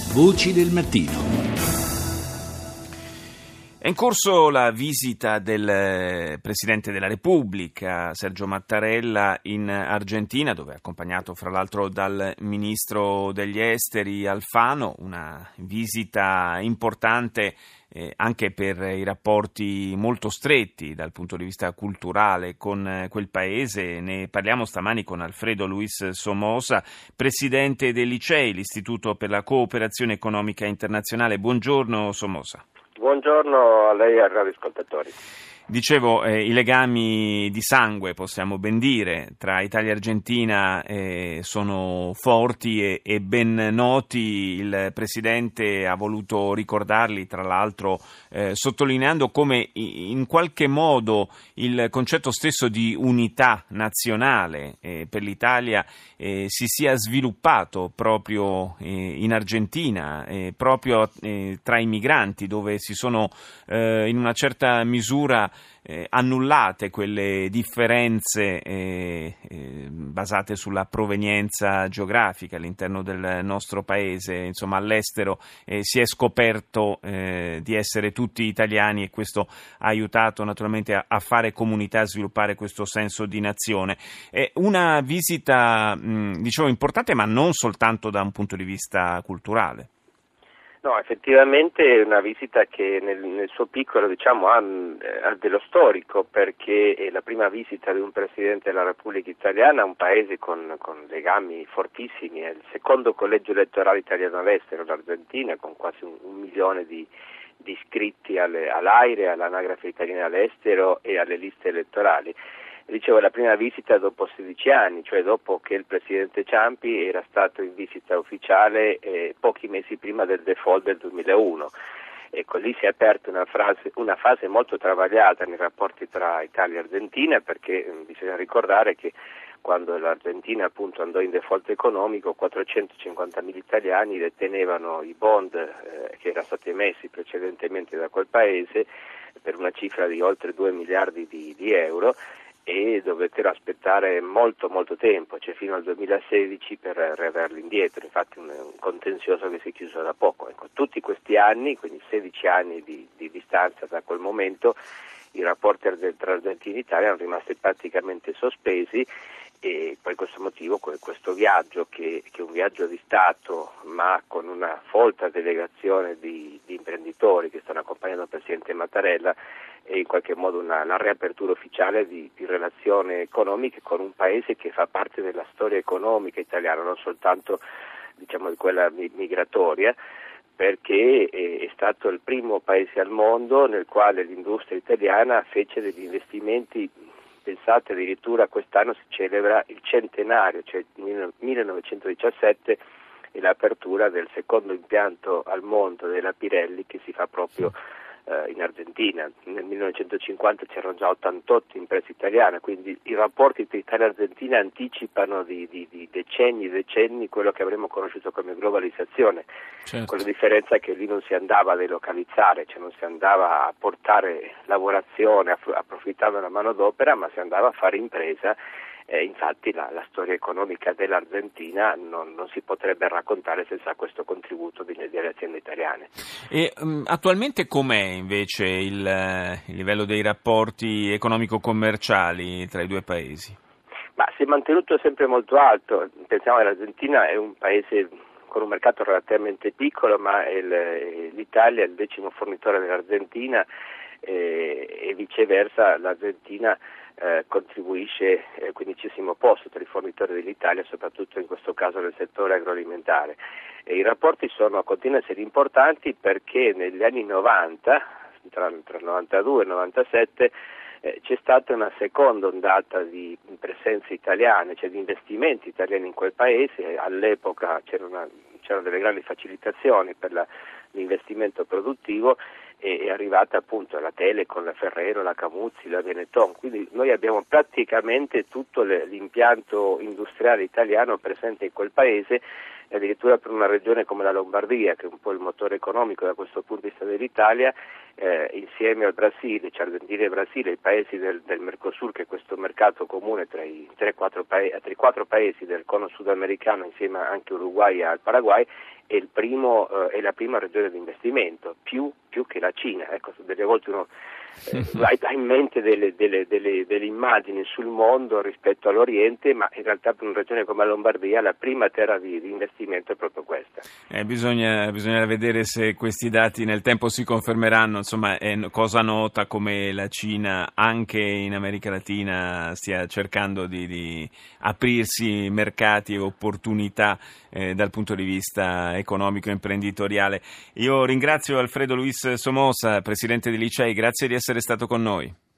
Voci del mattino. È in corso la visita del Presidente della Repubblica, Sergio Mattarella, in Argentina, dove è accompagnato fra l'altro dal Ministro degli Esteri Alfano, una visita importante anche per i rapporti molto stretti dal punto di vista culturale con quel paese. Ne parliamo stamani con Alfredo Luis Somoza, Presidente dell'ICEI, l'Istituto per la Cooperazione Economica Internazionale. Buongiorno Somoza. Buongiorno a lei e ai radioascoltatori. Dicevo, i legami di sangue, possiamo ben dire, tra Italia e Argentina sono forti e ben noti. Il Presidente ha voluto ricordarli, tra l'altro sottolineando come in qualche modo il concetto stesso di unità nazionale per l'Italia si sia sviluppato proprio in Argentina, proprio tra i migranti, dove si sono in una certa misura annullate quelle differenze basate sulla provenienza geografica all'interno del nostro paese. Insomma, all'estero si è scoperto di essere tutti italiani e questo ha aiutato naturalmente a fare comunità, a sviluppare questo senso di nazione. Una visita, dicevo, importante, ma non soltanto da un punto di vista culturale. No, effettivamente è una visita che nel suo piccolo ha dello storico, perché è la prima visita di un Presidente della Repubblica Italiana a un paese con legami fortissimi. È il secondo collegio elettorale italiano all'estero, l'Argentina, con quasi un milione di iscritti all'AIRE, all'anagrafe italiana all'estero e alle liste elettorali. Dicevo, è la prima visita dopo 16 anni, cioè dopo che il Presidente Ciampi era stato in visita ufficiale pochi mesi prima del default del 2001. Ecco, lì si è aperta una fase molto travagliata nei rapporti tra Italia e Argentina, perché bisogna ricordare che quando l'Argentina appunto andò in default economico, 450.000 italiani detenevano i bond che erano stati emessi precedentemente da quel paese per una cifra di oltre 2 miliardi di euro, e dovettero aspettare molto tempo, cioè fino al 2016 per riaverli indietro. Infatti un contenzioso che si è chiuso da poco. Ecco, tutti questi anni, quindi 16 anni di distanza da quel momento, i rapporti tra Argentina e Italia erano rimasti praticamente sospesi, e poi questo motivo, questo viaggio che è un viaggio di Stato, ma con una folta delegazione di imprenditori che stanno accompagnando il Presidente Mattarella, è in qualche modo la riapertura ufficiale di relazioni economiche con un paese che fa parte della storia economica italiana, non soltanto di quella migratoria, perché è stato il primo paese al mondo nel quale l'industria italiana fece degli investimenti. Pensate, addirittura quest'anno si celebra il centenario, cioè il 1917 è l'apertura del secondo impianto al mondo della Pirelli, che si fa proprio in Argentina. Nel 1950 c'erano già 88 imprese italiane, quindi i rapporti tra Italia e Argentina anticipano di decenni quello che avremmo conosciuto come globalizzazione. Certo. Con la differenza che lì non si andava a delocalizzare, cioè non si andava a portare lavorazione approfittando della manodopera, ma si andava a fare impresa. Infatti la storia economica dell'Argentina non si potrebbe raccontare senza questo contributo delle aziende italiane. E attualmente com'è invece il livello dei rapporti economico-commerciali tra i due paesi? Ma si è mantenuto sempre molto alto. Pensiamo che l'Argentina è un paese con un mercato relativamente piccolo, ma l'Italia è il 10° fornitore dell'Argentina, e viceversa l'Argentina contribuisce al 15° posto tra i fornitori dell'Italia, soprattutto in questo caso nel settore agroalimentare. E i rapporti continuano a essere importanti, perché negli anni 90, tra il 92 e il 97, c'è stata una seconda ondata di presenze italiane, cioè di investimenti italiani in quel paese. All'epoca c'erano delle grandi facilitazioni per l'investimento produttivo, e è arrivata appunto la Telecom, la Ferrero, la Camuzzi, la Benetton. Quindi noi abbiamo praticamente tutto l'impianto industriale italiano presente in quel paese, addirittura per una regione come la Lombardia, che è un po' il motore economico da questo punto di vista dell'Italia, insieme al Brasile, cioè Argentina e Brasile, i paesi del Mercosur, che è questo mercato comune tra i 3-4 paesi del cono sudamericano, insieme anche Uruguay e al Paraguay, è la prima regione di investimento, più che la Cina. Ecco, delle volte uno ha in mente delle immagini sul mondo rispetto all'Oriente, ma in realtà per una regione come la Lombardia la prima terra di investimento è proprio questa. Bisogna vedere se questi dati nel tempo si confermeranno. Insomma, è cosa nota come la Cina anche in America Latina stia cercando di aprirsi mercati e opportunità dal punto di vista economico e imprenditoriale. Io ringrazio Alfredo Luis Somoza, presidente di Licei, grazie di essere stato con noi.